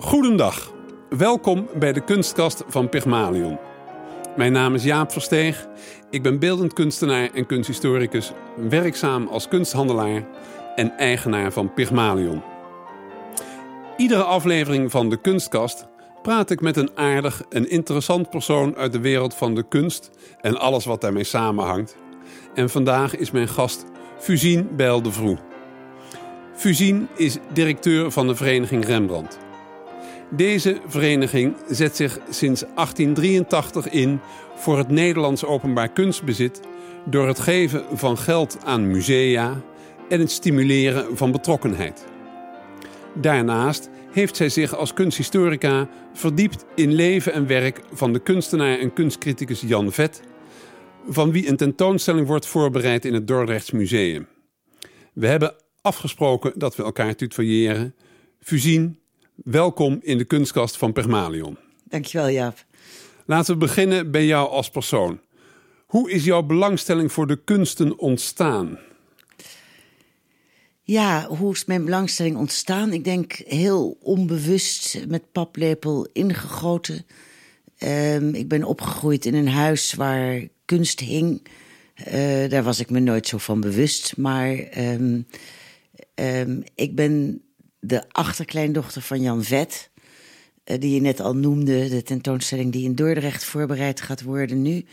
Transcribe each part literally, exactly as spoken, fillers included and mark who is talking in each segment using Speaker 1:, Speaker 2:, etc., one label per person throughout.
Speaker 1: Goedendag. Welkom bij de kunstkast van Pygmalion. Mijn naam is Jaap Versteeg. Ik ben beeldend kunstenaar en kunsthistoricus, werkzaam als kunsthandelaar en eigenaar van Pygmalion. Iedere aflevering van de kunstkast praat ik met een aardig en interessant persoon uit de wereld van de kunst en alles wat daarmee samenhangt. En vandaag is mijn gast Fusine Bijl de Vroe. Fusine is directeur van de vereniging Rembrandt. Deze vereniging zet zich sinds achttien drieëntachtig in voor het Nederlands openbaar kunstbezit door het geven van geld aan musea en het stimuleren van betrokkenheid. Daarnaast heeft zij zich als kunsthistorica verdiept in leven en werk van de kunstenaar en kunstcriticus Jan Vet, van wie een tentoonstelling wordt voorbereid in het Dordrechts Museum. We hebben afgesproken dat we elkaar tutoyeren. Fusine, welkom in de kunstkast van Pygmalion.
Speaker 2: Dankjewel, Jaap.
Speaker 1: Laten we beginnen bij jou als persoon. Hoe is jouw belangstelling voor de kunsten ontstaan?
Speaker 2: Ja, hoe is mijn belangstelling ontstaan? Ik denk heel onbewust met paplepel ingegoten. Um, ik ben opgegroeid in een huis waar kunst hing. Uh, daar was ik me nooit zo van bewust. Maar um, um, ik ben de achterkleindochter van Jan Vet, uh, die je net al noemde. De tentoonstelling die in Dordrecht voorbereid gaat worden nu.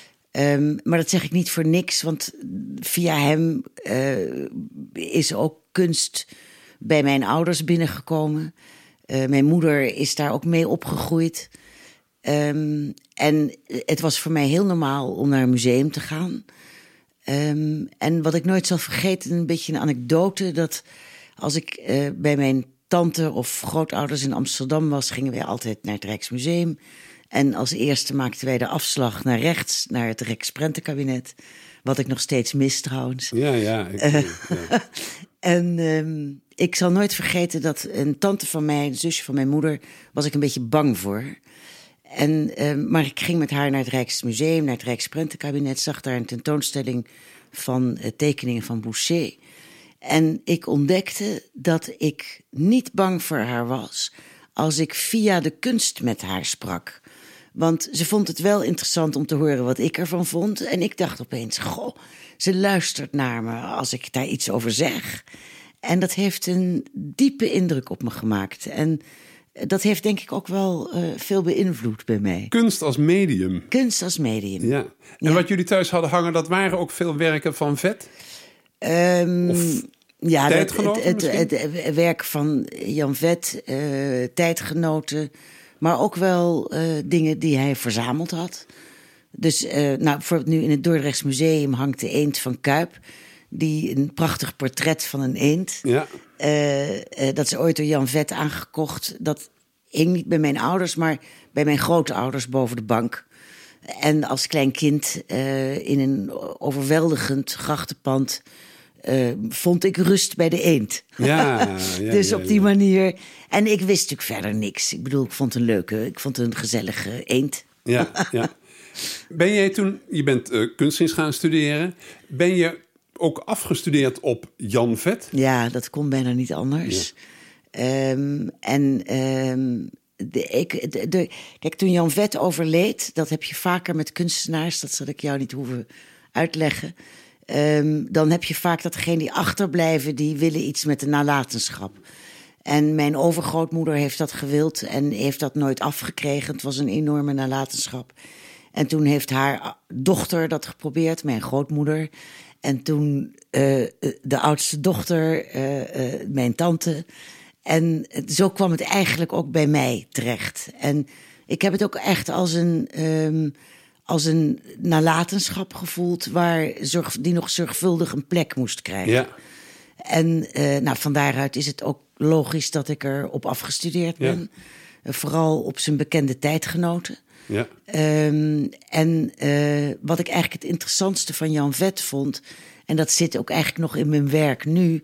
Speaker 2: Um, maar dat zeg ik niet voor niks, want via hem uh, is ook kunst bij mijn ouders binnengekomen. Uh, mijn moeder is daar ook mee opgegroeid. Um, en het was voor mij heel normaal om naar een museum te gaan. Um, en wat ik nooit zal vergeten, een beetje een anekdote, dat als ik uh, bij mijn tante of grootouders in Amsterdam was, gingen wij altijd naar het Rijksmuseum. En als eerste maakten wij de afslag naar rechts, naar het Rijksprentenkabinet. Wat ik nog steeds mis trouwens.
Speaker 1: Ja, ja. Ik,
Speaker 2: uh,
Speaker 1: ja.
Speaker 2: En um, ik zal nooit vergeten dat een tante van mij, een zusje van mijn moeder, was ik een beetje bang voor. En, um, maar ik ging met haar naar het Rijksmuseum, naar het Rijksprentenkabinet, zag daar een tentoonstelling van uh, tekeningen van Boucher. En ik ontdekte dat ik niet bang voor haar was als ik via de kunst met haar sprak. Want ze vond het wel interessant om te horen wat ik ervan vond. En ik dacht opeens, goh, ze luistert naar me als ik daar iets over zeg. En dat heeft een diepe indruk op me gemaakt. En dat heeft denk ik ook wel uh, veel beïnvloed bij mij.
Speaker 1: Kunst als medium.
Speaker 2: Kunst als medium.
Speaker 1: Ja. En
Speaker 2: ja.
Speaker 1: Wat jullie thuis hadden hangen, dat waren ook veel werken van Vet?
Speaker 2: Um,
Speaker 1: of
Speaker 2: ja,
Speaker 1: tijdgenoten
Speaker 2: het, het, het, het werk van Jan Vet, uh, tijdgenoten, maar ook wel uh, dingen die hij verzameld had. Dus uh, nou, bijvoorbeeld nu in het Dordrechts Museum hangt de eend van Cuyp, die een prachtig portret van een eend.
Speaker 1: Ja.
Speaker 2: Uh, uh, dat is ooit door Jan Vet aangekocht. Dat hing niet bij mijn ouders, maar bij mijn grootouders boven de bank. En als klein kind uh, in een overweldigend grachtenpand uh, vond ik rust bij de eend.
Speaker 1: Ja, ja,
Speaker 2: dus
Speaker 1: ja,
Speaker 2: op die
Speaker 1: ja.
Speaker 2: manier. En ik wist natuurlijk verder niks. Ik bedoel, ik vond het een leuke, ik vond het een gezellige eend.
Speaker 1: Ja, ja. Ben jij toen, je bent uh, kunstdienst gaan studeren, ben je ook afgestudeerd op Jan Vet?
Speaker 2: Ja, dat kon bijna niet anders. Ja. Um, en um, de, ik, de, de, kijk, toen Jan Vet overleed, dat heb je vaker met kunstenaars, dat zal ik jou niet hoeven uitleggen. Um, dan heb je vaak datgene die achterblijven, die willen iets met de nalatenschap. En mijn overgrootmoeder heeft dat gewild en heeft dat nooit afgekregen. Het was een enorme nalatenschap. En toen heeft haar dochter dat geprobeerd, mijn grootmoeder. En toen uh, de oudste dochter, uh, uh, mijn tante. En zo kwam het eigenlijk ook bij mij terecht. En ik heb het ook echt als een, um, als een nalatenschap gevoeld, waar zorg, die nog zorgvuldig een plek moest krijgen.
Speaker 1: Ja.
Speaker 2: En uh, nou, van daaruit is het ook logisch dat ik erop afgestudeerd ben. Ja. Uh, vooral op zijn bekende tijdgenoten.
Speaker 1: Ja.
Speaker 2: Um, en uh, wat ik eigenlijk het interessantste van Jan Vet vond, en dat zit ook eigenlijk nog in mijn werk nu,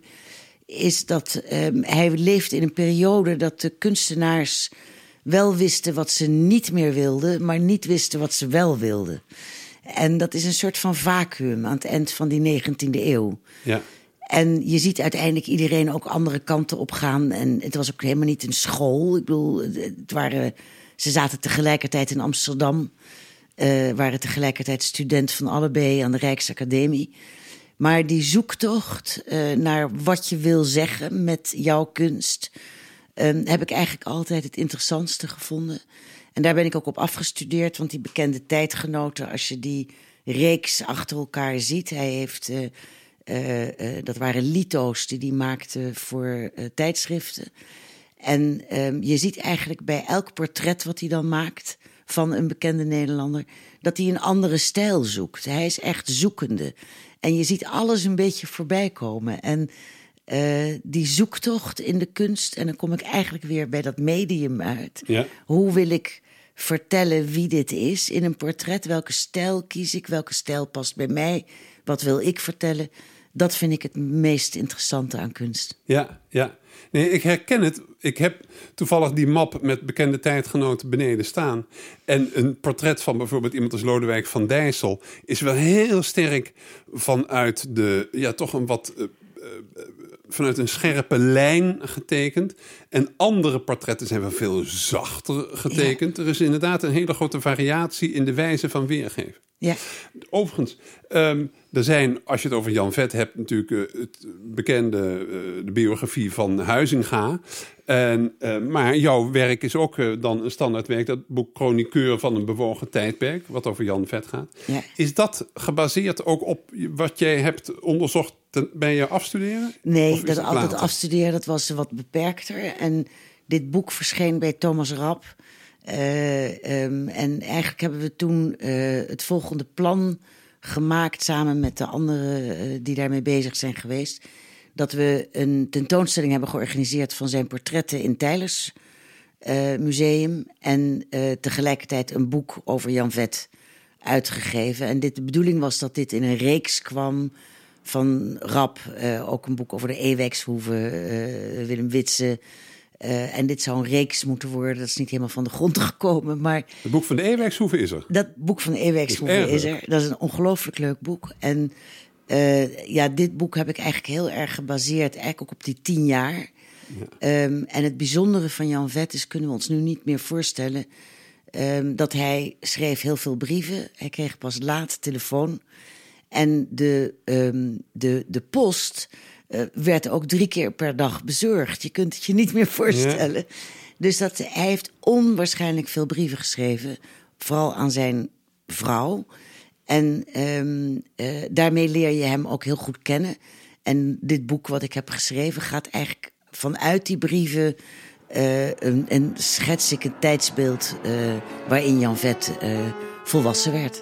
Speaker 2: is dat um, hij leeft in een periode dat de kunstenaars wel wisten wat ze niet meer wilden, maar niet wisten wat ze wel wilden. En dat is een soort van vacuüm aan het eind van die negentiende eeuw.
Speaker 1: Ja.
Speaker 2: En je ziet uiteindelijk iedereen ook andere kanten op gaan. En het was ook helemaal niet een school. Ik bedoel, het waren, ze zaten tegelijkertijd in Amsterdam. Uh, waren tegelijkertijd student van allebei aan de Rijksacademie. Maar die zoektocht uh, naar wat je wil zeggen met jouw kunst... Um, heb ik eigenlijk altijd het interessantste gevonden. En daar ben ik ook op afgestudeerd, want die bekende tijdgenoten... als je die reeks achter elkaar ziet... hij heeft, uh, uh, uh, dat waren litho's die hij maakte voor uh, tijdschriften. En um, je ziet eigenlijk bij elk portret wat hij dan maakt... van een bekende Nederlander, dat hij een andere stijl zoekt. Hij is echt zoekende. En je ziet alles een beetje voorbij komen. En uh, die zoektocht in de kunst... en dan kom ik eigenlijk weer bij dat medium uit. Ja. Hoe wil ik vertellen wie dit is in een portret? Welke stijl kies ik? Welke stijl past bij mij? Wat wil ik vertellen? Dat vind ik het meest interessante aan kunst.
Speaker 1: Ja, ja. Nee, ik herken het. Ik heb toevallig die map met bekende tijdgenoten beneden staan. En een portret van bijvoorbeeld iemand als Lodewijk van Dijssel... is wel heel sterk vanuit de, ja, toch een wat... Uh, uh, vanuit een scherpe lijn getekend. En andere portretten zijn wel veel zachter getekend. Ja. Er is inderdaad een hele grote variatie in de wijze van weergeven.
Speaker 2: Ja.
Speaker 1: Overigens, um, er zijn, als je het over Jan Vet hebt... natuurlijk uh, het bekende, uh, de biografie van Huizinga. En, uh, maar jouw werk is ook uh, dan een standaardwerk... dat boek Chroniqueur van een bewogen tijdperk... wat over Jan Vet gaat.
Speaker 2: Ja.
Speaker 1: Is dat gebaseerd ook op wat jij hebt onderzocht ten, bij je afstuderen?
Speaker 2: Nee, dat, dat altijd afstuderen, dat was wat beperkter. En dit boek verscheen bij Thomas Rapp... Uh, um, en eigenlijk hebben we toen uh, het volgende plan gemaakt... samen met de anderen uh, die daarmee bezig zijn geweest... dat we een tentoonstelling hebben georganiseerd... van zijn portretten in Teylers uh, Museum... en uh, tegelijkertijd een boek over Jan Vet uitgegeven. En dit, de bedoeling was dat dit in een reeks kwam... van Rapp, uh, ook een boek over de Ewijkshoeve, uh, Willem Witse... Uh, en dit zou een reeks moeten worden. Dat is niet helemaal van de grond gekomen. Maar
Speaker 1: het boek van de Ewijkshoeve is er.
Speaker 2: Dat boek van de Ewijkshoeve is er. Dat is een ongelooflijk leuk boek. En uh, ja, dit boek heb ik eigenlijk heel erg gebaseerd... eigenlijk ook op die tien jaar. Ja. Um, en het bijzondere van Jan Vet is... kunnen we ons nu niet meer voorstellen... Um, dat hij schreef heel veel brieven. Hij kreeg pas laat telefoon. En de, um, de, de post... Uh, werd ook drie keer per dag bezorgd. Je kunt het je niet meer voorstellen. Ja. Dus dat, hij heeft onwaarschijnlijk veel brieven geschreven. Vooral aan zijn vrouw. En um, uh, daarmee leer je hem ook heel goed kennen. En dit boek wat ik heb geschreven gaat eigenlijk vanuit die brieven... Uh, een, een schets ik een tijdsbeeld uh, waarin Jan Vet uh, volwassen werd.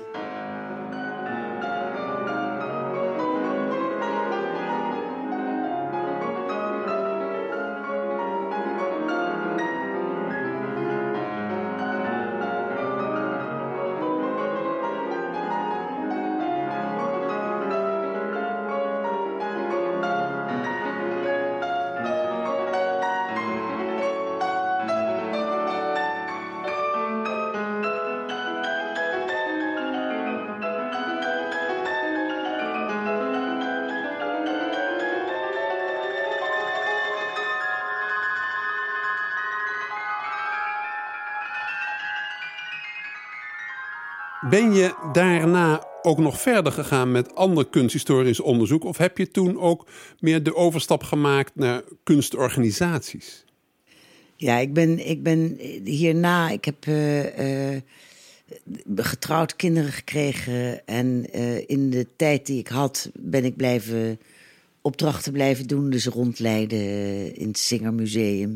Speaker 1: Ben je daarna ook nog verder gegaan met ander kunsthistorisch onderzoek? Of heb je toen ook meer de overstap gemaakt naar kunstorganisaties?
Speaker 2: Ja, ik ben, ik ben hierna... Ik heb uh, uh, getrouwd, kinderen gekregen. En uh, in de tijd die ik had ben ik blijven opdrachten blijven doen. Dus rondleiden in het Singermuseum.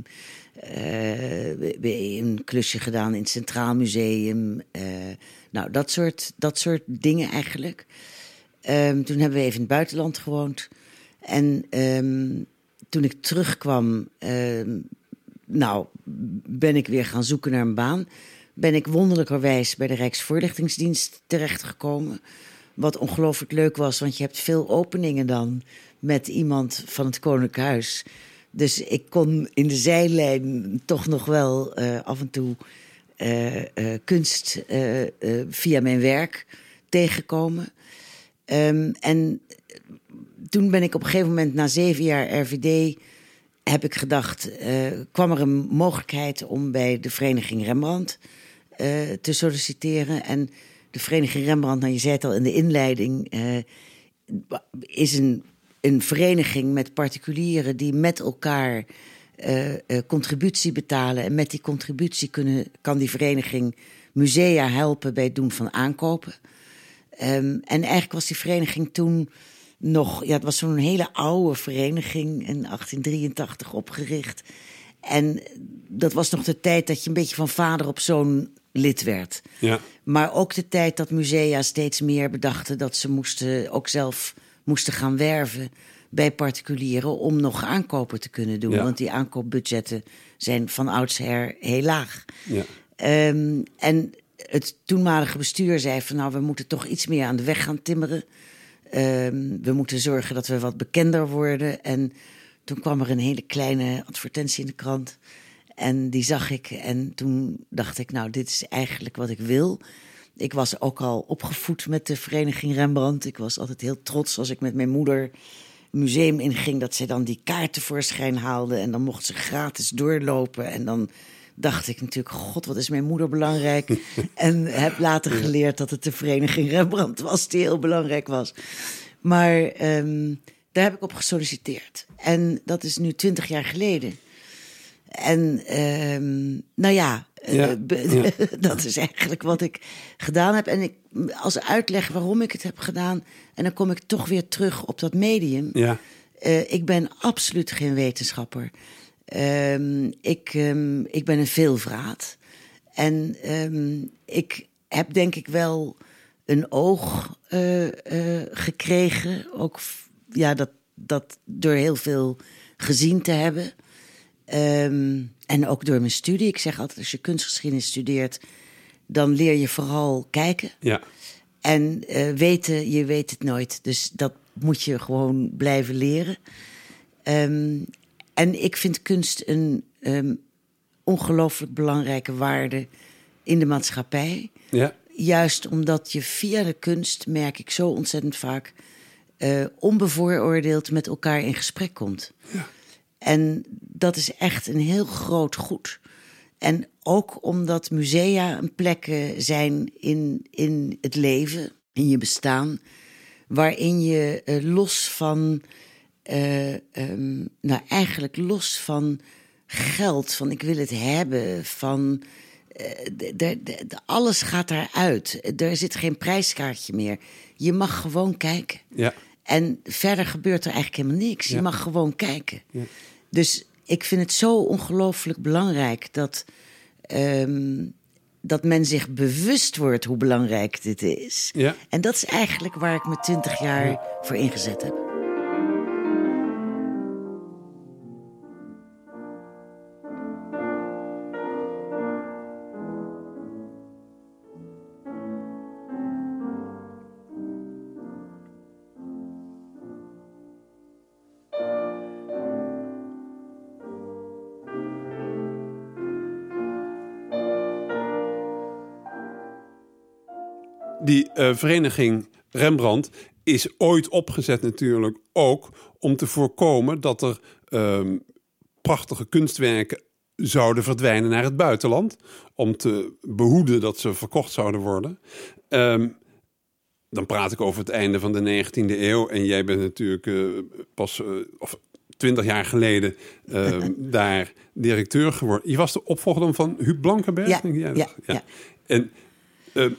Speaker 2: Uh, een klusje gedaan in het Centraal Museum. Uh, nou, dat soort, dat soort dingen eigenlijk. Um, toen hebben we even in het buitenland gewoond. En um, toen ik terugkwam... Um, nou, ben ik weer gaan zoeken naar een baan. Ben ik wonderlijkerwijs bij de Rijksvoorlichtingsdienst terechtgekomen. Wat ongelooflijk leuk was, want je hebt veel openingen dan... met iemand van het Koninklijk Huis... Dus ik kon in de zijlijn toch nog wel uh, af en toe uh, uh, kunst uh, uh, via mijn werk tegenkomen. Um, en toen ben ik op een gegeven moment, na zeven jaar R V D... heb ik gedacht, uh, kwam er een mogelijkheid om bij de Vereniging Rembrandt uh, te solliciteren. En de Vereniging Rembrandt, nou je zei het al in de inleiding, uh, is een, een vereniging met particulieren die met elkaar uh, uh, contributie betalen. En met die contributie kunnen, kan die vereniging musea helpen bij het doen van aankopen. Um, en eigenlijk was die vereniging toen nog, ja, het was zo'n hele oude vereniging in achttien drieëntachtig opgericht. En dat was nog de tijd dat je een beetje van vader op zoon lid werd.
Speaker 1: Ja.
Speaker 2: Maar ook de tijd dat musea steeds meer bedachten dat ze moesten, ook zelf moesten gaan werven bij particulieren om nog aankopen te kunnen doen.
Speaker 1: Ja.
Speaker 2: Want die aankoopbudgetten zijn van oudsher heel laag.
Speaker 1: Ja.
Speaker 2: Um, en het toenmalige bestuur zei van nou, we moeten toch iets meer aan de weg gaan timmeren. Um, we moeten zorgen dat we wat bekender worden. En toen kwam er een hele kleine advertentie in de krant. En die zag ik en toen dacht ik, nou, dit is eigenlijk wat ik wil. Ik was ook al opgevoed met de Vereniging Rembrandt. Ik was altijd heel trots als ik met mijn moeder een museum inging, dat zij dan die kaart tevoorschijn haalde. En dan mocht ze gratis doorlopen. En dan dacht ik natuurlijk, god, wat is mijn moeder belangrijk. En heb later geleerd dat het de Vereniging Rembrandt was die heel belangrijk was. Maar um, daar heb ik op gesolliciteerd. En dat is nu twintig jaar geleden. En um, nou ja,
Speaker 1: ja,
Speaker 2: uh, be- ja. dat is eigenlijk wat ik gedaan heb. En ik, als uitleg waarom ik het heb gedaan, en dan kom ik toch weer terug op dat medium.
Speaker 1: Ja.
Speaker 2: Uh, ik ben absoluut geen wetenschapper. Um, ik, um, ik ben een veelvraat. En um, ik heb denk ik wel een oog uh, uh, gekregen. Ook ja, dat, dat door heel veel gezien te hebben. Um, en ook door mijn studie. Ik zeg altijd, als je kunstgeschiedenis studeert, dan leer je vooral kijken.
Speaker 1: Ja.
Speaker 2: En uh, weten, je weet het nooit. Dus dat moet je gewoon blijven leren. Um, en ik vind kunst een um, ongelooflijk belangrijke waarde in de maatschappij.
Speaker 1: Ja.
Speaker 2: Juist omdat je via de kunst, merk ik zo ontzettend vaak, uh, onbevooroordeeld met elkaar in gesprek komt.
Speaker 1: Ja.
Speaker 2: En dat is echt een heel groot goed. En ook omdat musea een plekken zijn in, in het leven, in je bestaan, waarin je uh, los van, uh, um, nou eigenlijk los van geld, van ik wil het hebben, van uh, de, de, de, alles gaat daaruit. Er zit geen prijskaartje meer. Je mag gewoon kijken.
Speaker 1: Ja.
Speaker 2: En verder gebeurt er eigenlijk helemaal niks. Je
Speaker 1: Ja.
Speaker 2: mag gewoon kijken.
Speaker 1: Ja.
Speaker 2: Dus ik vind het zo ongelooflijk belangrijk dat, um, dat men zich bewust wordt hoe belangrijk dit is.
Speaker 1: Ja.
Speaker 2: En dat is eigenlijk waar ik me twintig jaar ja. voor ingezet heb.
Speaker 1: Die uh, vereniging Rembrandt is ooit opgezet natuurlijk ook om te voorkomen dat er um, prachtige kunstwerken zouden verdwijnen naar het buitenland. Om te behoeden dat ze verkocht zouden worden. Um, dan praat ik over het einde van de negentiende eeuw. En jij bent natuurlijk uh, pas uh, of twintig jaar geleden uh, daar directeur geworden. Je was de opvolger dan van Huub Blankenberg?
Speaker 2: Ja,
Speaker 1: denk je?
Speaker 2: ja,
Speaker 1: ja.
Speaker 2: ja.
Speaker 1: En uh,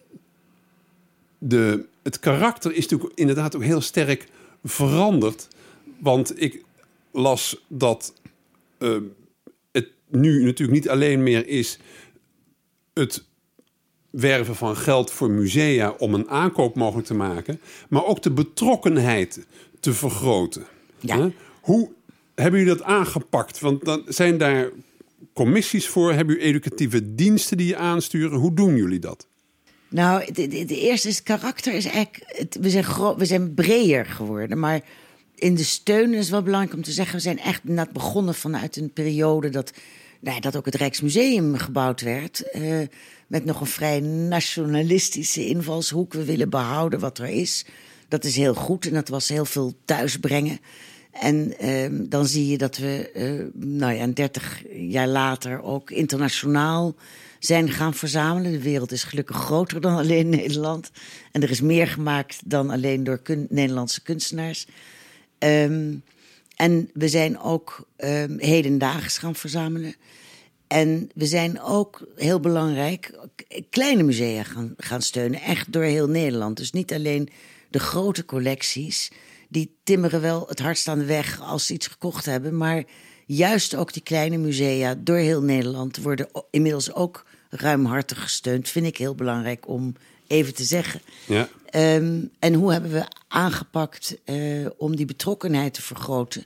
Speaker 1: de, het karakter is natuurlijk inderdaad ook heel sterk veranderd. Want ik las dat uh, het nu natuurlijk niet alleen meer is het werven van geld voor musea om een aankoop mogelijk te maken, maar ook de betrokkenheid te vergroten.
Speaker 2: Ja.
Speaker 1: Huh? Hoe hebben jullie dat aangepakt? Want dan zijn daar commissies voor. Hebben jullie educatieve diensten die je aansturen? Hoe doen jullie dat?
Speaker 2: Nou, de, de, de eerste is het karakter is eigenlijk, het, we, zijn gro- we zijn breder geworden, maar in de steun is wel belangrijk om te zeggen, we zijn echt net begonnen vanuit een periode dat, nou, dat ook het Rijksmuseum gebouwd werd, uh, met nog een vrij nationalistische invalshoek. We willen behouden wat er is. Dat is heel goed en dat was heel veel thuisbrengen. En uh, dan zie je dat we, uh, nou ja, dertig jaar later ook internationaal zijn gaan verzamelen. De wereld is gelukkig groter dan alleen Nederland. En er is meer gemaakt dan alleen door kun- Nederlandse kunstenaars. Um, en we zijn ook um, hedendaags gaan verzamelen. En we zijn ook, heel belangrijk, kleine musea gaan, gaan steunen. Echt door heel Nederland. Dus niet alleen de grote collecties. Die timmeren wel het hardst aan de weg als ze iets gekocht hebben. Maar juist ook die kleine musea door heel Nederland worden inmiddels ook ruimhartig gesteund. Vind ik heel belangrijk om even te zeggen.
Speaker 1: Ja.
Speaker 2: Um, en hoe hebben we aangepakt uh, om die betrokkenheid te vergroten?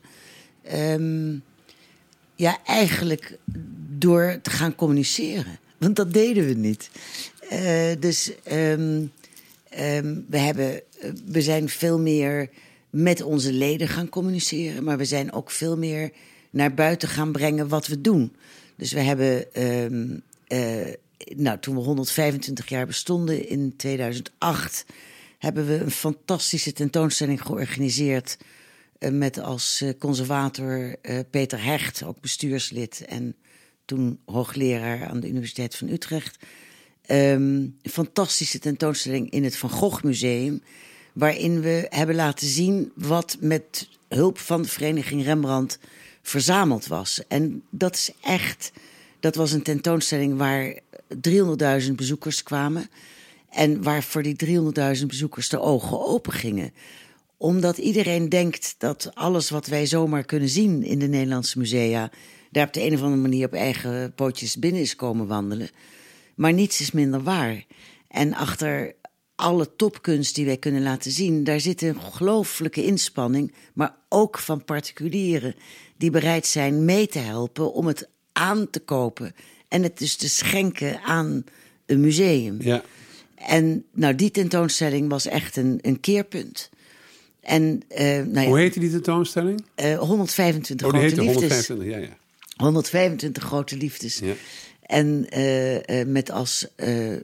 Speaker 2: Um, ja, eigenlijk door te gaan communiceren. Want dat deden we niet. Uh, dus um, um, we, hebben, uh, we zijn veel meer met onze leden gaan communiceren. Maar we zijn ook veel meer naar buiten gaan brengen wat we doen. Dus we hebben, um, uh, nou, toen we honderdvijfentwintig jaar bestonden in tweeduizend acht... hebben we een fantastische tentoonstelling georganiseerd uh, met als uh, conservator uh, Peter Hecht, ook bestuurslid en toen hoogleraar aan de Universiteit van Utrecht. Um, een fantastische tentoonstelling in het Van Gogh Museum, waarin we hebben laten zien wat met hulp van de Vereniging Rembrandt verzameld was. En dat is echt, dat was een tentoonstelling waar driehonderdduizend bezoekers kwamen. En waar voor die driehonderdduizend bezoekers de ogen open gingen. Omdat iedereen denkt dat alles wat wij zomaar kunnen zien in de Nederlandse musea, daar op de een of andere manier op eigen pootjes binnen is komen wandelen. Maar niets is minder waar. En achter alle topkunst die wij kunnen laten zien, daar zit een ongelooflijke inspanning, maar ook van particulieren die bereid zijn mee te helpen om het aan te kopen en het dus te schenken aan een museum.
Speaker 1: Ja.
Speaker 2: En nou, die tentoonstelling was echt een, een keerpunt. En, uh, nou ja,
Speaker 1: hoe heette die tentoonstelling?
Speaker 2: Uh, honderdvijfentwintig
Speaker 1: oh, die
Speaker 2: grote liefdes.
Speaker 1: honderdvijfentwintig, ja, ja.
Speaker 2: honderdvijfentwintig grote liefdes. Ja. En uh, uh, met als uh, uh,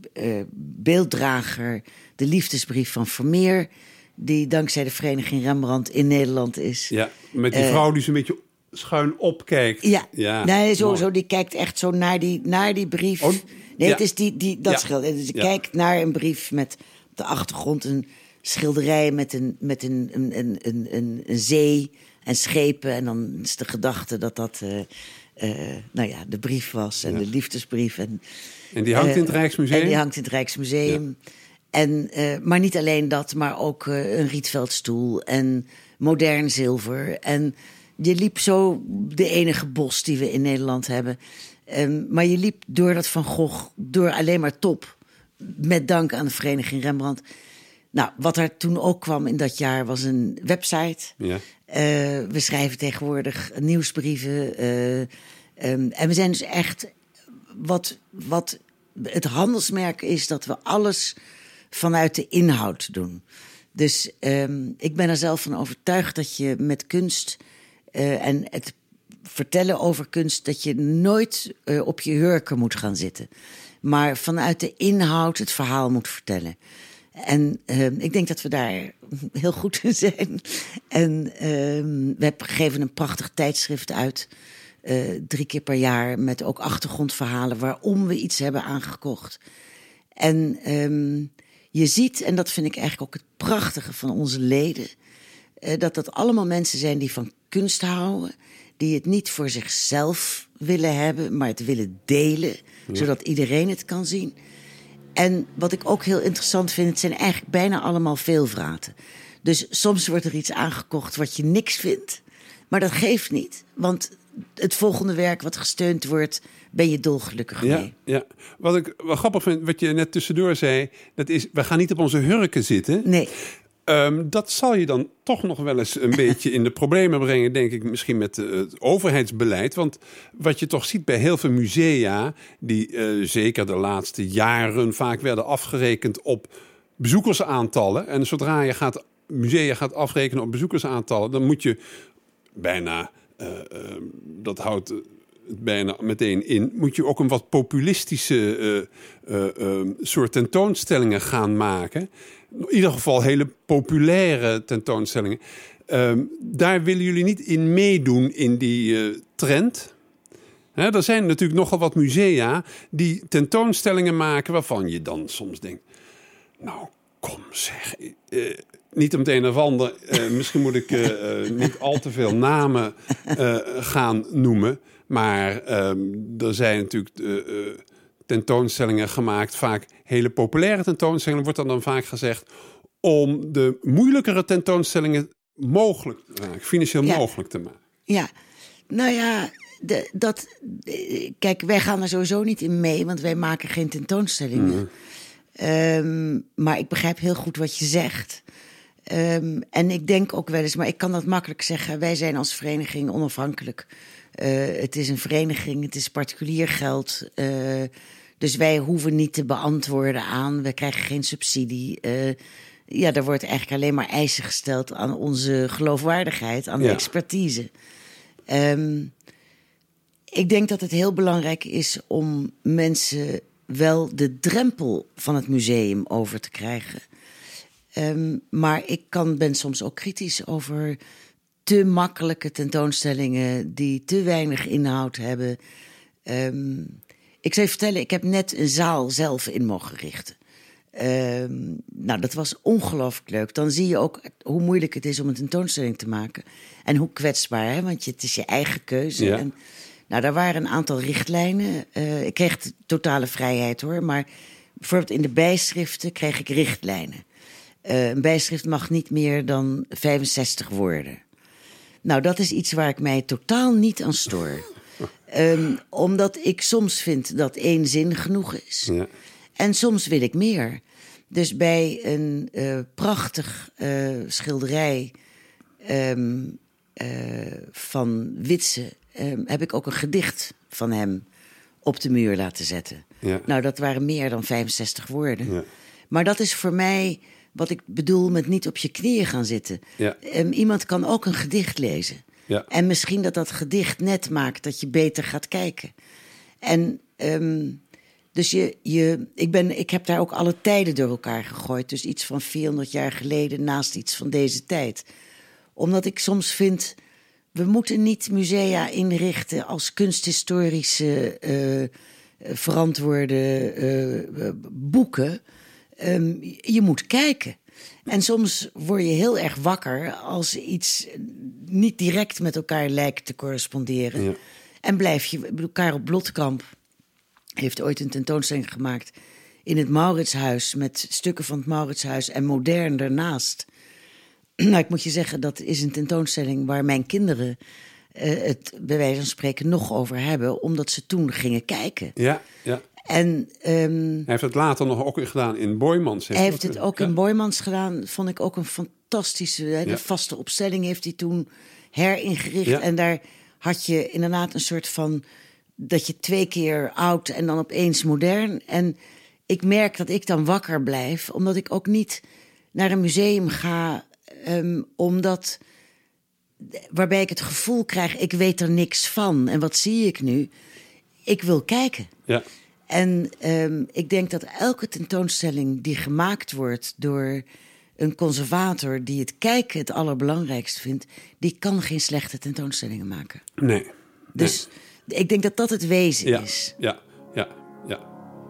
Speaker 2: beelddrager de liefdesbrief van Vermeer, die dankzij de Vereniging Rembrandt in Nederland is.
Speaker 1: Ja, met die uh, vrouw die zo'n beetje schuin opkijkt.
Speaker 2: Ja,
Speaker 1: ja.
Speaker 2: Nee, zo, zo, die kijkt echt zo naar die, naar die brief. Oh, nee, ja. Het is die, die, dat ja. schilderij. Dus je ja. kijkt naar een brief met op de achtergrond een schilderij met een, met een, een, een, een, een, een zee en schepen. En dan is de gedachte dat dat uh, uh, nou ja, de brief was en ja. de liefdesbrief. En,
Speaker 1: en die hangt uh, in het Rijksmuseum?
Speaker 2: En die hangt in het Rijksmuseum. Ja. En, uh, maar niet alleen dat, maar ook uh, een Rietveldstoel en modern zilver. En je liep zo de enige bos die we in Nederland hebben. Um, maar je liep door dat Van Gogh, door alleen maar top. Met dank aan de Vereniging Rembrandt. Nou, wat er toen ook kwam in dat jaar was een website. Ja. Uh, we schrijven tegenwoordig nieuwsbrieven. Uh, um, en we zijn dus echt, wat, wat het handelsmerk is, dat we alles vanuit de inhoud doen. Dus um, ik ben er zelf van overtuigd dat je met kunst uh, en het vertellen over kunst, dat je nooit uh, op je hurken moet gaan zitten. Maar vanuit de inhoud het verhaal moet vertellen. En uh, ik denk dat we daar heel goed in zijn. En uh, we geven een prachtig tijdschrift uit. Uh, drie keer per jaar met ook achtergrondverhalen waarom we iets hebben aangekocht. En um, je ziet, en dat vind ik eigenlijk ook het prachtige van onze leden, uh, dat dat allemaal mensen zijn die van kunst houden, die het niet voor zichzelf willen hebben, maar het willen delen, ja. zodat iedereen het kan zien. En wat ik ook heel interessant vind, het zijn eigenlijk bijna allemaal veelvraten. Dus soms wordt er iets aangekocht wat je niks vindt, maar dat geeft niet. Want het volgende werk wat gesteund wordt, ben je dolgelukkig mee.
Speaker 1: Ja, ja. Wat ik wel grappig vind, wat je net tussendoor zei, dat is, we gaan niet op onze hurken zitten.
Speaker 2: Nee.
Speaker 1: Um, dat zal je dan toch nog wel eens een beetje in de problemen brengen, denk ik, misschien met uh, het overheidsbeleid. Want wat je toch ziet bij heel veel musea, die uh, zeker de laatste jaren vaak werden afgerekend op bezoekersaantallen. En zodra je gaat, musea gaat afrekenen op bezoekersaantallen, dan moet je bijna, uh, uh, dat houdt het bijna meteen in, moet je ook een wat populistische uh, uh, uh, soort tentoonstellingen gaan maken. In ieder geval hele populaire tentoonstellingen. Uh, daar willen jullie niet in meedoen in die uh, trend. Hè, er zijn natuurlijk nogal wat musea die tentoonstellingen maken waarvan je dan soms denkt, nou kom zeg, uh, niet om het een of ander, uh, misschien moet ik uh, uh, niet al te veel namen uh, gaan noemen, maar um, er zijn natuurlijk uh, uh, tentoonstellingen gemaakt, vaak hele populaire tentoonstellingen, wordt dan, dan vaak gezegd, om de moeilijkere tentoonstellingen mogelijk te maken, financieel ja. mogelijk te maken.
Speaker 2: Ja, nou ja, de, dat, de, kijk, wij gaan er sowieso niet in mee, want wij maken geen tentoonstellingen. Mm. Um, maar ik begrijp heel goed wat je zegt. Um, en ik denk ook wel eens, maar ik kan dat makkelijk zeggen, wij zijn als vereniging onafhankelijk. Uh, het is een vereniging, het is particulier geld. Uh, dus wij hoeven niet te beantwoorden aan, we krijgen geen subsidie. Uh, ja, er wordt eigenlijk alleen maar eisen gesteld aan onze geloofwaardigheid, aan de ja. expertise. Um, ik denk dat het heel belangrijk is om mensen wel de drempel van het museum over te krijgen. Um, maar ik kan, ben soms ook kritisch over te makkelijke tentoonstellingen die te weinig inhoud hebben. Um, ik zou je vertellen, ik heb net een zaal zelf in mogen richten. Um, nou, dat was ongelooflijk leuk. Dan zie je ook hoe moeilijk het is om een tentoonstelling te maken. En hoe kwetsbaar, hè? Want je, het is je eigen keuze.
Speaker 1: Ja.
Speaker 2: En, nou, daar waren een aantal richtlijnen. Uh, ik kreeg de totale vrijheid, hoor. Maar bijvoorbeeld in de bijschriften kreeg ik richtlijnen. Uh, een bijschrift mag niet meer dan vijfenzestig woorden. Nou, dat is iets waar ik mij totaal niet aan stoor. Um, omdat ik soms vind dat één zin genoeg is. Ja. En soms wil ik meer. Dus bij een uh, prachtig uh, schilderij um, uh, van Witse um, heb ik ook een gedicht van hem op de muur laten zetten. Ja. Nou, dat waren meer dan vijfenzestig woorden. Ja. Maar dat is voor mij wat ik bedoel met niet op je knieën gaan zitten. Ja. Um, iemand kan ook een gedicht lezen. Ja. En misschien dat dat gedicht net maakt dat je beter gaat kijken. En um, dus je, je, ik, ben, ik heb daar ook alle tijden door elkaar gegooid. Dus iets van vierhonderd jaar geleden naast iets van deze tijd. Omdat ik soms vind, we moeten niet musea inrichten als kunsthistorische uh, verantwoorde uh, boeken. Um, je moet kijken. En soms word je heel erg wakker als iets niet direct met elkaar lijkt te corresponderen. Ja. En blijf je, ik bedoel, Karel Blotkamp heeft ooit een tentoonstelling gemaakt in het Mauritshuis met stukken van het Mauritshuis en modern daarnaast. Nou, ik moet je zeggen, dat is een tentoonstelling waar mijn kinderen uh, het bij wijze van spreken nog over hebben, omdat ze toen gingen kijken.
Speaker 1: Ja, ja.
Speaker 2: En, um,
Speaker 1: hij heeft het later nog ook gedaan in Boijmans.
Speaker 2: Hij heeft het ook ja. in Boijmans gedaan. Vond ik ook een fantastische, hè, de
Speaker 1: ja.
Speaker 2: vaste opstelling heeft hij toen heringericht. Ja. En daar had je inderdaad een soort van, dat je twee keer oud en dan opeens modern. En ik merk dat ik dan wakker blijf, omdat ik ook niet naar een museum ga, um, omdat, waarbij ik het gevoel krijg, ik weet er niks van. En wat zie ik nu? Ik wil kijken. Ja. En um, ik denk dat elke tentoonstelling die gemaakt wordt door een conservator die het kijken het allerbelangrijkste vindt, die kan geen slechte tentoonstellingen maken.
Speaker 1: Nee. nee.
Speaker 2: Dus ik denk dat dat het wezen
Speaker 1: ja,
Speaker 2: is.
Speaker 1: Ja, ja, ja.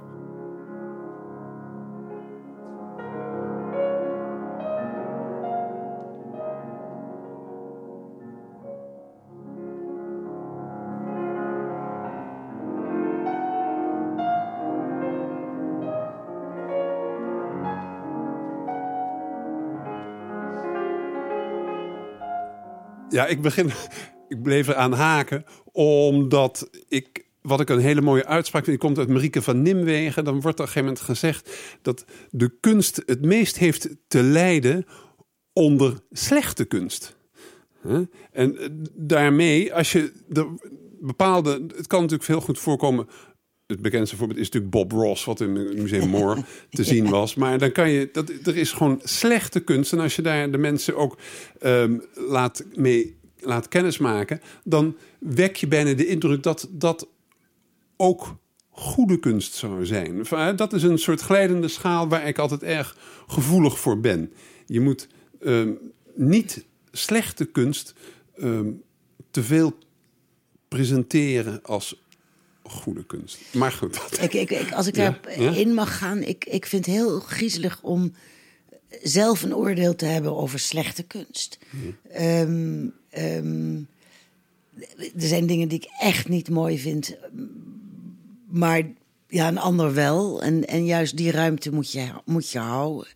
Speaker 1: Ja, ik begin. Ik bleef eraan haken, omdat ik. Wat ik een hele mooie uitspraak vind, die komt uit Marieke van Nimwegen. Dan wordt er op een gegeven moment gezegd dat de kunst het meest heeft te lijden onder slechte kunst. En daarmee, als je de bepaalde. Het kan natuurlijk heel goed voorkomen. Het bekendste voorbeeld is natuurlijk Bob Ross, wat in het Museum Moore te zien was. Maar dan kan je, dat, er is gewoon slechte kunst. En als je daar de mensen ook um, laat mee laat kennismaken, dan wek je bijna de indruk dat dat ook goede kunst zou zijn. Dat is een soort glijdende schaal waar ik altijd erg gevoelig voor ben. Je moet uh, niet slechte kunst uh, te veel presenteren als goede kunst. Maar goed. Dat...
Speaker 2: Ik, ik, ik, als ik ja? daarin ja? mag gaan, ik, ik vind het heel griezelig om zelf een oordeel te hebben over slechte kunst. Ja. Um, um, er zijn dingen die ik echt niet mooi vind, maar ja, een ander wel. En, en juist die ruimte moet je, moet je houden.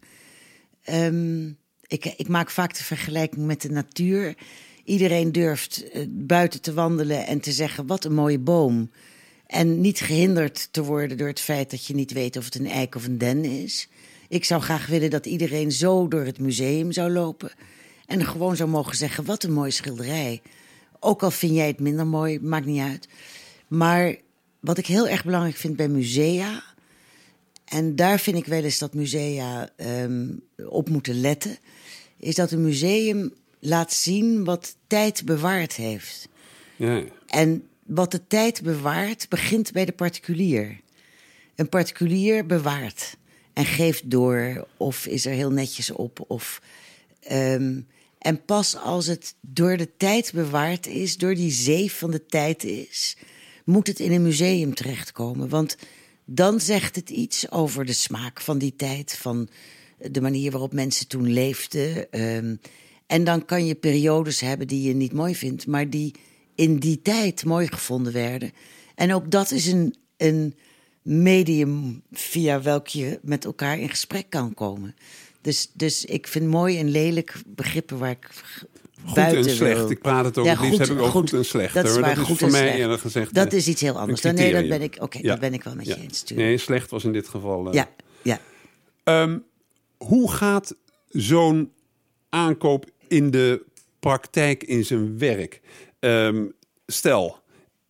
Speaker 2: Um, ik, ik maak vaak de vergelijking met de natuur. Iedereen durft uh, buiten te wandelen en te zeggen, wat een mooie boom. En niet gehinderd te worden door het feit dat je niet weet of het een eik of een den is. Ik zou graag willen dat iedereen zo door het museum zou lopen en gewoon zou mogen zeggen, wat een mooie schilderij. Ook al vind jij het minder mooi, maakt niet uit. Maar wat ik heel erg belangrijk vind bij musea, en daar vind ik wel eens dat musea um, op moeten letten, is dat een museum laat zien wat tijd bewaard heeft.
Speaker 1: Ja.
Speaker 2: En wat de tijd bewaart, begint bij de particulier. Een particulier bewaart en geeft door, of is er heel netjes op. Of, um, en pas als het door de tijd bewaard is, door die zeef van de tijd is, moet het in een museum terechtkomen. Want dan zegt het iets over de smaak van die tijd, van de manier waarop mensen toen leefden. Um, en dan kan je periodes hebben die je niet mooi vindt, maar die in die tijd mooi gevonden werden. En ook dat is een, een medium via welk je met elkaar in gesprek kan komen. Dus, dus ik vind mooi en lelijk begrippen waar ik
Speaker 1: goed
Speaker 2: buiten
Speaker 1: en slecht.
Speaker 2: wil.
Speaker 1: Ik praat het over,
Speaker 2: ja,
Speaker 1: het liefst
Speaker 2: goed,
Speaker 1: heb ik ook goed, goed en slecht.
Speaker 2: Dat is, waar,
Speaker 1: dat
Speaker 2: goed
Speaker 1: is voor mij
Speaker 2: slecht.
Speaker 1: eerlijk gezegd.
Speaker 2: Dat is iets heel anders. Dan, nee, dat ben ik, okay,
Speaker 1: ja.
Speaker 2: dat ben ik wel met
Speaker 1: ja.
Speaker 2: je eens.
Speaker 1: Nee, slecht was in dit geval. Uh...
Speaker 2: Ja, ja.
Speaker 1: Um, hoe gaat zo'n aankoop in de praktijk in zijn werk? Um, stel,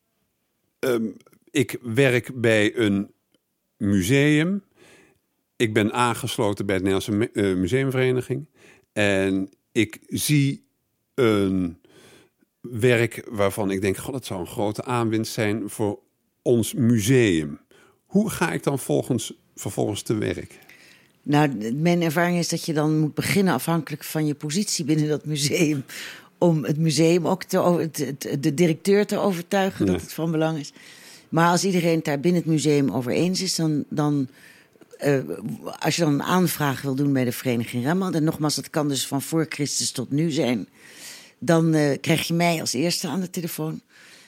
Speaker 1: um, ik werk bij een museum. Ik ben aangesloten bij de Nederlandse uh, Museumvereniging. En ik zie een werk waarvan ik denk, god, dat zou een grote aanwinst zijn voor ons museum. Hoe ga ik dan volgens, vervolgens te werk?
Speaker 2: Nou, mijn ervaring is dat je dan moet beginnen afhankelijk van je positie binnen dat museum, om het museum ook te, de directeur te overtuigen dat ja. het van belang is. Maar als iedereen het daar binnen het museum over eens is, dan, dan uh, als je dan een aanvraag wil doen bij de Vereniging Rembrandt, en nogmaals, dat kan dus van voor Christus tot nu zijn, dan uh, krijg je mij als eerste aan de telefoon.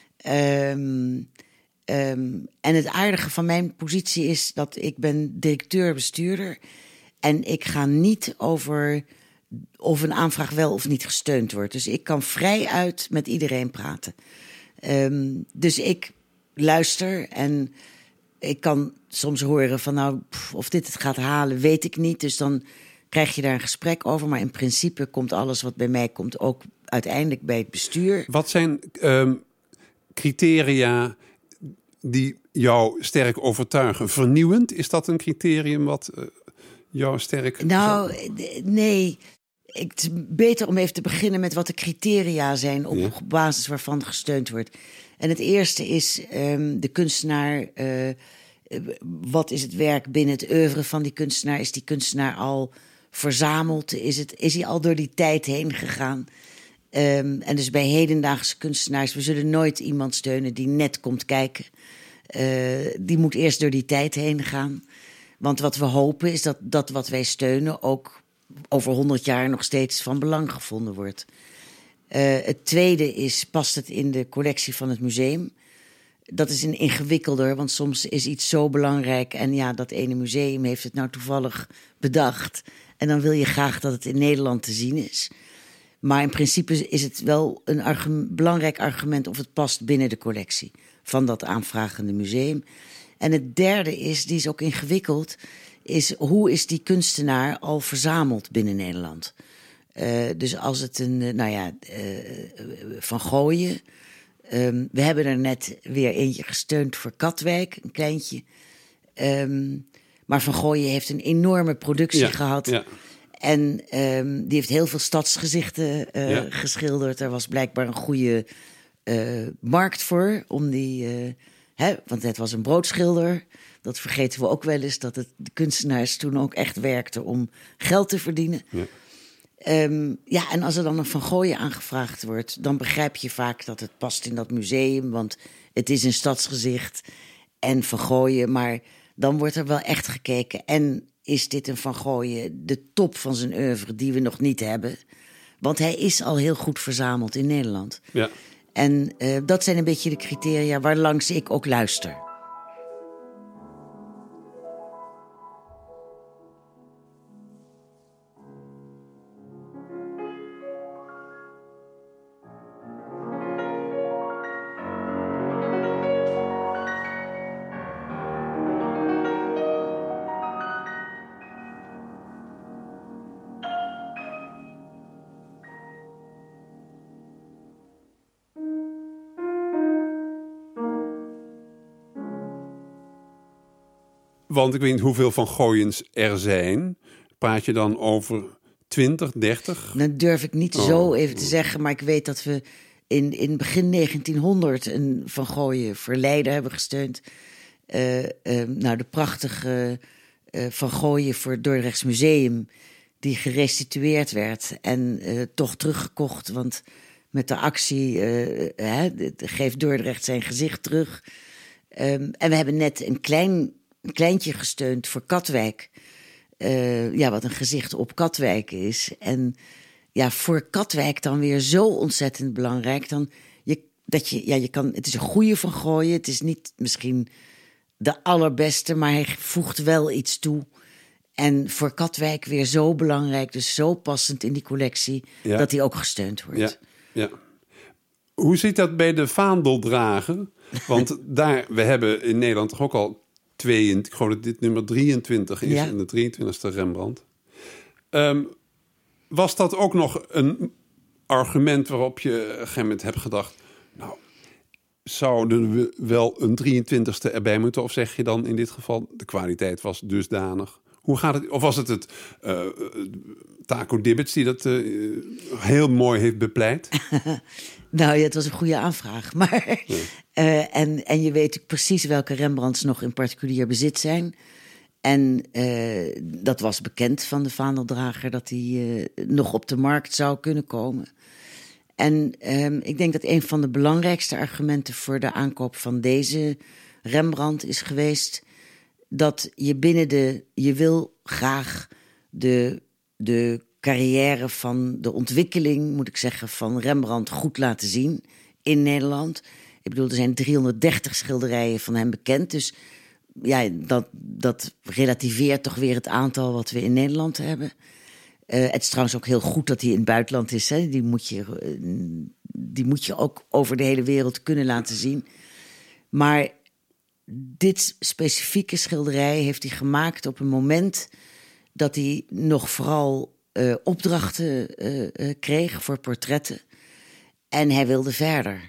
Speaker 2: Um, um, en het aardige van mijn positie is dat ik ben directeur-bestuurder en ik ga niet over of een aanvraag wel of niet gesteund wordt. Dus ik kan vrij uit met iedereen praten. Um, dus ik luister en ik kan soms horen van nou, pff, of dit het gaat halen, weet ik niet. Dus dan krijg je daar een gesprek over. Maar in principe komt alles wat bij mij komt ook uiteindelijk bij het bestuur.
Speaker 1: Wat zijn um, criteria die jou sterk overtuigen? Vernieuwend, is dat een criterium wat uh, jou sterk...
Speaker 2: Nou, nee. Het is beter om even te beginnen met wat de criteria zijn op ja. basis waarvan gesteund wordt. En het eerste is um, de kunstenaar. Uh, wat is het werk binnen het oeuvre van die kunstenaar? Is die kunstenaar al verzameld? Is, het, is hij al door die tijd heen gegaan? Um, en dus bij hedendaagse kunstenaars, we zullen nooit iemand steunen die net komt kijken. Uh, die moet eerst door die tijd heen gaan. Want wat we hopen is dat dat wat wij steunen ook over honderd jaar nog steeds van belang gevonden wordt. Uh, het tweede is, past het in de collectie van het museum? Dat is een ingewikkelder, want soms is iets zo belangrijk en ja, dat ene museum heeft het nou toevallig bedacht. En dan wil je graag dat het in Nederland te zien is. Maar in principe is het wel een argu- belangrijk argument of het past binnen de collectie van dat aanvragende museum. En het derde is, die is ook ingewikkeld, is hoe is die kunstenaar al verzameld binnen Nederland? Uh, dus als het een, uh, nou ja, uh, Van Gooien. Um, we hebben er net weer eentje gesteund voor Katwijk, een kleintje. Um, maar Van Gooien heeft een enorme productie
Speaker 1: ja,
Speaker 2: gehad.
Speaker 1: Ja.
Speaker 2: En um, die heeft heel veel stadsgezichten uh,
Speaker 1: ja.
Speaker 2: geschilderd. Er was blijkbaar een goede uh, markt voor. Om die, uh, hè, want het was een broodschilder. Dat vergeten we ook wel eens. Dat het, de kunstenaars toen ook echt werkten om geld te verdienen. Ja. Um, ja, en als er dan een Van Gogh aangevraagd wordt, dan begrijp je vaak dat het past in dat museum. Want het is een stadsgezicht en Van Gogh. Maar dan wordt er wel echt gekeken. En is dit een Van Gogh, de top van zijn oeuvre die we nog niet hebben? Want hij is al heel goed verzameld in Nederland. Ja. En uh, dat zijn een beetje de criteria waarlangs ik ook luister.
Speaker 1: Want ik weet niet hoeveel Van Goghs er zijn. Praat je dan over twintig, dertig?
Speaker 2: Dat durf ik niet oh. zo even te zeggen. Maar ik weet dat we in, in begin negentienhonderd een Van Gogh verleider hebben gesteund. Uh, uh, nou, de prachtige uh, Van Gogh voor het Dordrechts Museum, die gerestitueerd werd en uh, toch teruggekocht. Want met de actie uh, hè, geeft Dordrecht zijn gezicht terug. Um, en we hebben net een klein... een kleintje gesteund voor Katwijk. Uh, ja, wat een gezicht op Katwijk is. En ja, voor Katwijk dan weer zo ontzettend belangrijk. Dan je, dat je, ja, je kan, het is een goede Van Gogh. Het is niet misschien de allerbeste, maar hij voegt wel iets toe. En voor Katwijk weer zo belangrijk, dus zo passend in die collectie, ja. dat hij ook gesteund wordt.
Speaker 1: Ja, ja. Hoe zit dat bij de vaandeldrager? Want daar, we hebben in Nederland toch ook al twee, ik geloof dat dit nummer drieëntwintig is, ja. en de drieëntwintigste Rembrandt. Um, was dat ook nog een argument waarop je op een gegeven moment hebt gedacht, nou, zouden we wel een drieëntwintigste erbij moeten? Of zeg je dan in dit geval, de kwaliteit was dusdanig? Hoe gaat het? Of was het het uh, Taco Dibbets die dat uh, heel mooi heeft bepleit?
Speaker 2: Nou ja, het was een goede aanvraag. Maar, ja. uh, en, en je weet precies welke Rembrandts nog in particulier bezit zijn. En uh, dat was bekend van de vaandeldrager, dat hij uh, nog op de markt zou kunnen komen. En um, ik denk dat een van de belangrijkste argumenten voor de aankoop van deze Rembrandt is geweest dat je binnen de, je wil graag de, de carrière van de ontwikkeling, moet ik zeggen, van Rembrandt goed laten zien in Nederland. Ik bedoel, er zijn driehonderddertig schilderijen van hem bekend, dus ja, dat, dat relativeert toch weer het aantal wat we in Nederland hebben. Uh, het is trouwens ook heel goed dat hij in het buitenland is. Hè. Die moet je, uh, die moet je ook over de hele wereld kunnen laten zien. Maar dit specifieke schilderij heeft hij gemaakt op een moment dat hij nog vooral uh, opdrachten uh, uh, kreeg voor portretten. En hij wilde verder.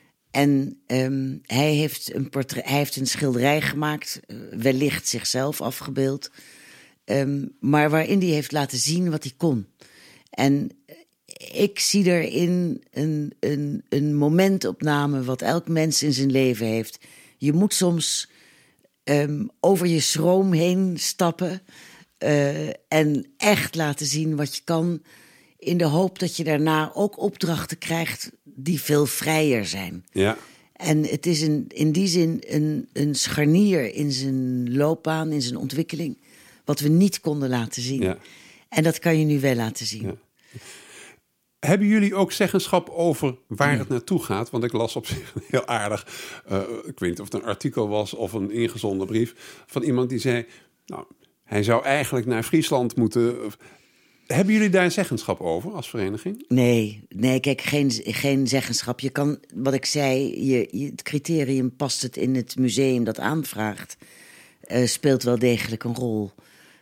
Speaker 2: En um, hij, heeft een portret, hij heeft een schilderij gemaakt, uh, wellicht zichzelf afgebeeld, um, maar waarin hij heeft laten zien wat hij kon. En ik zie erin een, een, een momentopname wat elk mens in zijn leven heeft. Je moet soms um, over je schroom heen stappen uh, en echt laten zien wat je kan, in de hoop dat je daarna ook opdrachten krijgt die veel vrijer zijn. Ja. En het is een, in die zin een, een scharnier in zijn loopbaan, in zijn ontwikkeling, wat we niet konden laten zien. Ja. En dat kan je nu wel laten zien. Ja.
Speaker 1: Hebben jullie ook zeggenschap over waar het naartoe gaat? Want ik las op zich heel aardig, uh, ik weet niet of het een artikel was of een ingezonden brief van iemand die zei, nou, hij zou eigenlijk naar Friesland moeten. Hebben jullie daar zeggenschap over als vereniging?
Speaker 2: Nee, nee, kijk, geen, geen zeggenschap. Je kan, wat ik zei, je, je, het criterium past het in het museum dat aanvraagt, uh, speelt wel degelijk een rol.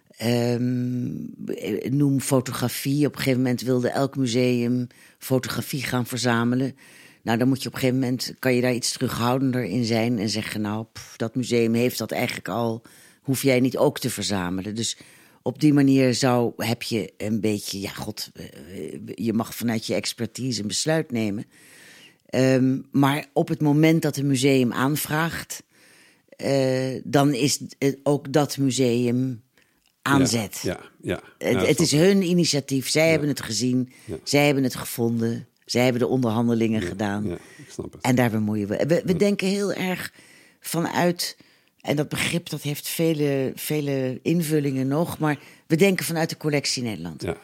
Speaker 2: Um, noem fotografie. Op een gegeven moment wilde elk museum fotografie gaan verzamelen. Nou, dan moet je op een gegeven moment, kan je daar iets terughoudender in zijn en zeggen, nou, pff, dat museum heeft dat eigenlijk al, hoef jij niet ook te verzamelen. Dus op die manier zou, heb je een beetje... Ja, god, je mag vanuit je expertise een besluit nemen. Um, maar op het moment dat een museum aanvraagt... Uh, dan is ook dat museum aanzet.
Speaker 1: Ja, ja, ja.
Speaker 2: Het,
Speaker 1: ja,
Speaker 2: het is hun initiatief. Zij ja. hebben het gezien.
Speaker 1: Ja.
Speaker 2: Zij hebben het gevonden. Zij hebben de onderhandelingen
Speaker 1: ja,
Speaker 2: gedaan.
Speaker 1: Ja, ik snap het.
Speaker 2: En daar bemoeien we. We, we ja. denken heel erg vanuit... En dat begrip dat heeft vele, vele invullingen nog. Maar we denken vanuit de collectie Nederland.
Speaker 1: Ja.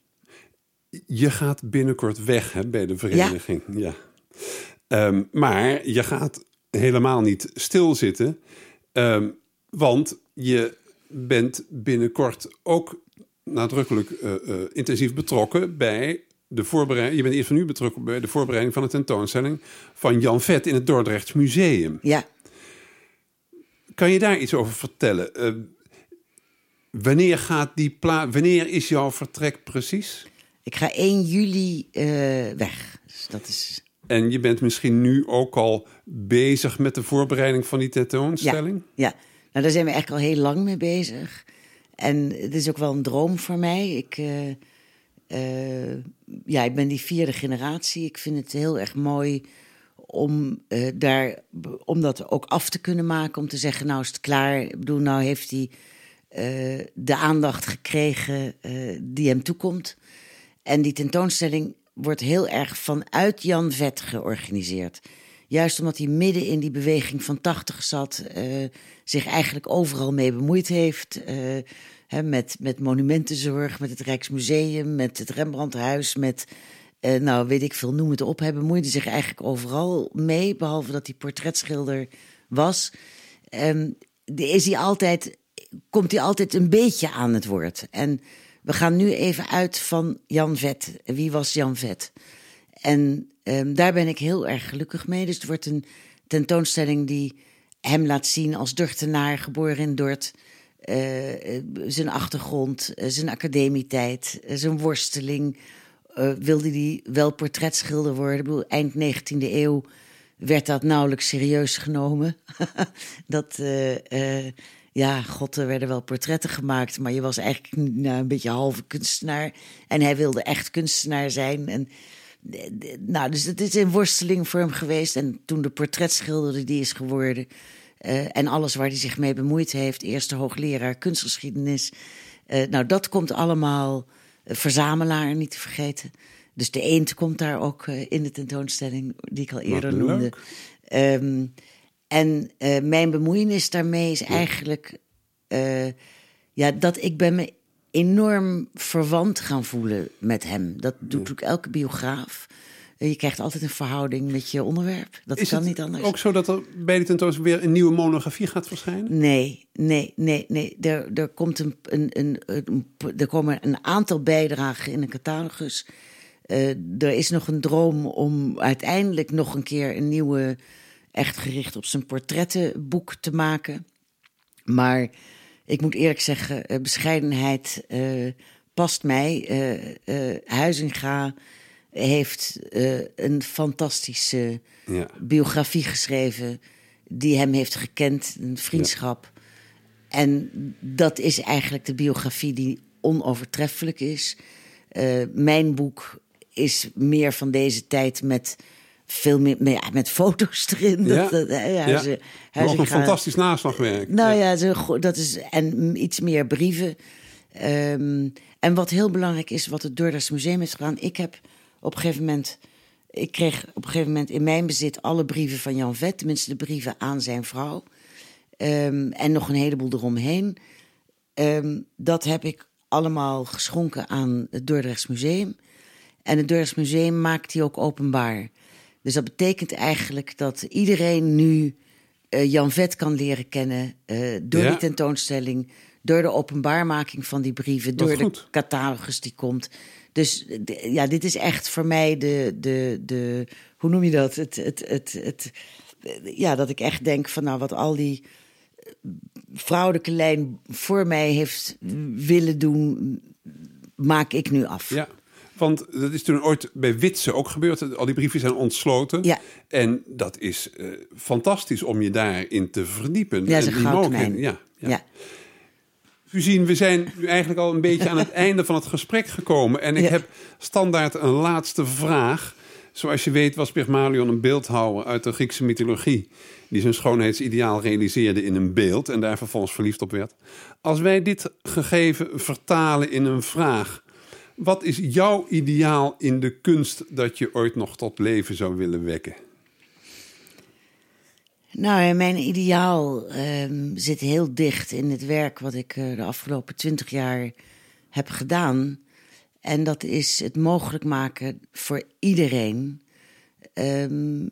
Speaker 1: Je gaat binnenkort weg, hè, bij de vereniging. Ja. ja. Um, maar je gaat helemaal niet stilzitten. Um, want je bent binnenkort ook nadrukkelijk uh, uh, intensief betrokken bij de voorbereiding. Je bent eerst van nu betrokken bij de voorbereiding van de tentoonstelling van Jan Vet in het Dordrechts Museum.
Speaker 2: Ja.
Speaker 1: Kan je daar iets over vertellen? Uh, wanneer gaat die pla- Wanneer is jouw vertrek precies?
Speaker 2: Ik ga één juli uh, weg. Dus dat is...
Speaker 1: En je bent misschien nu ook al bezig met de voorbereiding van die tentoonstelling?
Speaker 2: Ja, ja. Nou, daar zijn we eigenlijk al heel lang mee bezig. En het is ook wel een droom voor mij. Ik, uh, uh, ja, ik ben die vierde generatie. Ik vind het heel erg mooi om, uh, daar, om dat ook af te kunnen maken. Om te zeggen, nou is het klaar. Ik bedoel, nou heeft hij uh, de aandacht gekregen uh, die hem toekomt. En die tentoonstelling wordt heel erg vanuit Jan Vet georganiseerd. Juist omdat hij midden in die beweging van tachtig zat... Uh, zich eigenlijk overal mee bemoeid heeft. Uh, hè, met, met monumentenzorg, met het Rijksmuseum... met het Rembrandthuis, met... Uh, nou, weet ik veel, noem het op. Hij bemoeide zich eigenlijk overal mee... behalve dat hij portretschilder was. Um, is hij altijd, komt hij altijd een beetje aan het woord. En we gaan nu even uit van Jan Vet. Wie was Jan Vet? En um, daar ben ik heel erg gelukkig mee. Dus het wordt een tentoonstelling die hem laat zien als Dordtenaar, geboren in Dort. Uh, zijn achtergrond, uh, zijn academietijd, uh, zijn worsteling. Uh, wilde hij wel portretschilder worden? Ik bedoel, eind negentiende eeuw werd dat nauwelijks serieus genomen. dat, uh, uh, ja, god, er werden wel portretten gemaakt... maar je was eigenlijk nou, een beetje halve kunstenaar. En hij wilde echt kunstenaar zijn. En, nou, dus het is een worsteling voor hem geweest. En toen de portretschilder die is geworden... Uh, en alles waar hij zich mee bemoeid heeft... eerste hoogleraar kunstgeschiedenis... Uh, nou, dat komt allemaal... Uh, verzamelaar, niet te vergeten. Dus de eend komt daar ook uh, in de tentoonstelling... die ik al eerder noemde. Um, en uh, mijn bemoeienis daarmee is ja. eigenlijk... Uh, ja, dat ik ben me enorm verwant gaan voelen met hem. Dat doet ja. ook elke biograaf... Je krijgt altijd een verhouding met je onderwerp. Dat
Speaker 1: is
Speaker 2: kan
Speaker 1: het
Speaker 2: niet anders.
Speaker 1: Ook zo dat er bij de tentoonstelling weer een nieuwe monografie gaat verschijnen?
Speaker 2: Nee, nee, nee, nee. Er, er, komt een, een, een, een, er komen een aantal bijdragen in een catalogus. Uh, er is nog een droom om uiteindelijk nog een keer een nieuwe... echt gericht op zijn portrettenboek te maken. Maar ik moet eerlijk zeggen, uh, bescheidenheid uh, past mij. Uh, uh, Huizinga... heeft uh, een fantastische ja. biografie geschreven... die hem heeft gekend, een vriendschap. Ja. En dat is eigenlijk de biografie die onovertreffelijk is. Uh, mijn boek is meer van deze tijd met... veel meer ja, met foto's erin.
Speaker 1: Ja,
Speaker 2: dat, dat, ja,
Speaker 1: ja.
Speaker 2: Ze,
Speaker 1: nog een fantastisch naslagwerk.
Speaker 2: Nou ja, ja ze, dat is, en iets meer brieven. Um, en wat heel belangrijk is, wat het Dordrechts Museum heeft gedaan... ik heb... Op een gegeven moment, ik kreeg op een gegeven moment in mijn bezit alle brieven van Jan Vet, tenminste de brieven aan zijn vrouw. Um, en nog een heleboel eromheen. Um, dat heb ik allemaal geschonken aan het Dordrechts Museum. En het Dordrechts Museum maakt die ook openbaar. Dus dat betekent eigenlijk dat iedereen nu uh, Jan Vet kan leren kennen uh, door ja. die tentoonstelling, door de openbaarmaking van die brieven,
Speaker 1: Wat
Speaker 2: door
Speaker 1: goed.
Speaker 2: de catalogus die komt. Dus ja, dit is echt voor mij de, de, de hoe noem je dat? Het, het, het, het, ja, dat ik echt denk van nou, wat al die vrouwelijke lijn voor mij heeft willen doen, maak ik nu af.
Speaker 1: Ja, want dat is toen ooit bij Witse ook gebeurd. Al die brieven zijn ontsloten.
Speaker 2: Ja.
Speaker 1: En dat is uh, fantastisch om je daarin te verdiepen.
Speaker 2: Ja,
Speaker 1: en
Speaker 2: ze
Speaker 1: die
Speaker 2: goudmijn.
Speaker 1: mogelijkheden, ja, ja.
Speaker 2: ja.
Speaker 1: Fusien, we zijn nu eigenlijk al een beetje aan het einde van het gesprek gekomen. En ik ja. heb standaard een laatste vraag. Zoals je weet was Pygmalion een beeldhouwer uit de Griekse mythologie, die zijn schoonheidsideaal realiseerde in een beeld en daar vervolgens verliefd op werd. Als wij dit gegeven vertalen in een vraag: wat is jouw ideaal in de kunst dat je ooit nog tot leven zou willen wekken?
Speaker 2: Nou, mijn ideaal uh, zit heel dicht in het werk wat ik uh, de afgelopen twintig jaar heb gedaan. En dat is het mogelijk maken voor iedereen um,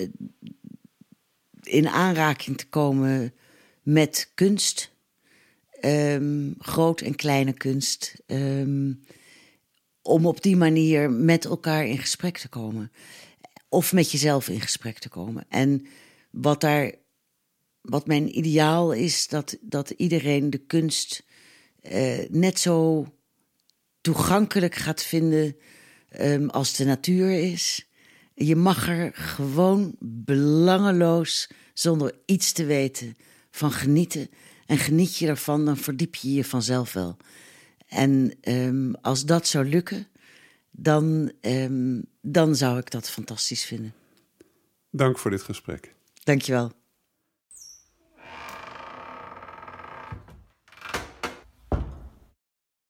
Speaker 2: in aanraking te komen met kunst. Um, groot en kleine kunst. Um, om op die manier met elkaar in gesprek te komen. Of met jezelf in gesprek te komen. En wat, daar, wat mijn ideaal is, dat, dat iedereen de kunst uh, net zo toegankelijk gaat vinden um, als de natuur is. Je mag er gewoon belangeloos, zonder iets te weten, van genieten. En geniet je ervan, dan verdiep je je vanzelf wel. En um, als dat zou lukken, dan, um, dan zou ik dat fantastisch vinden.
Speaker 1: Dank voor dit gesprek.
Speaker 2: Dank je wel.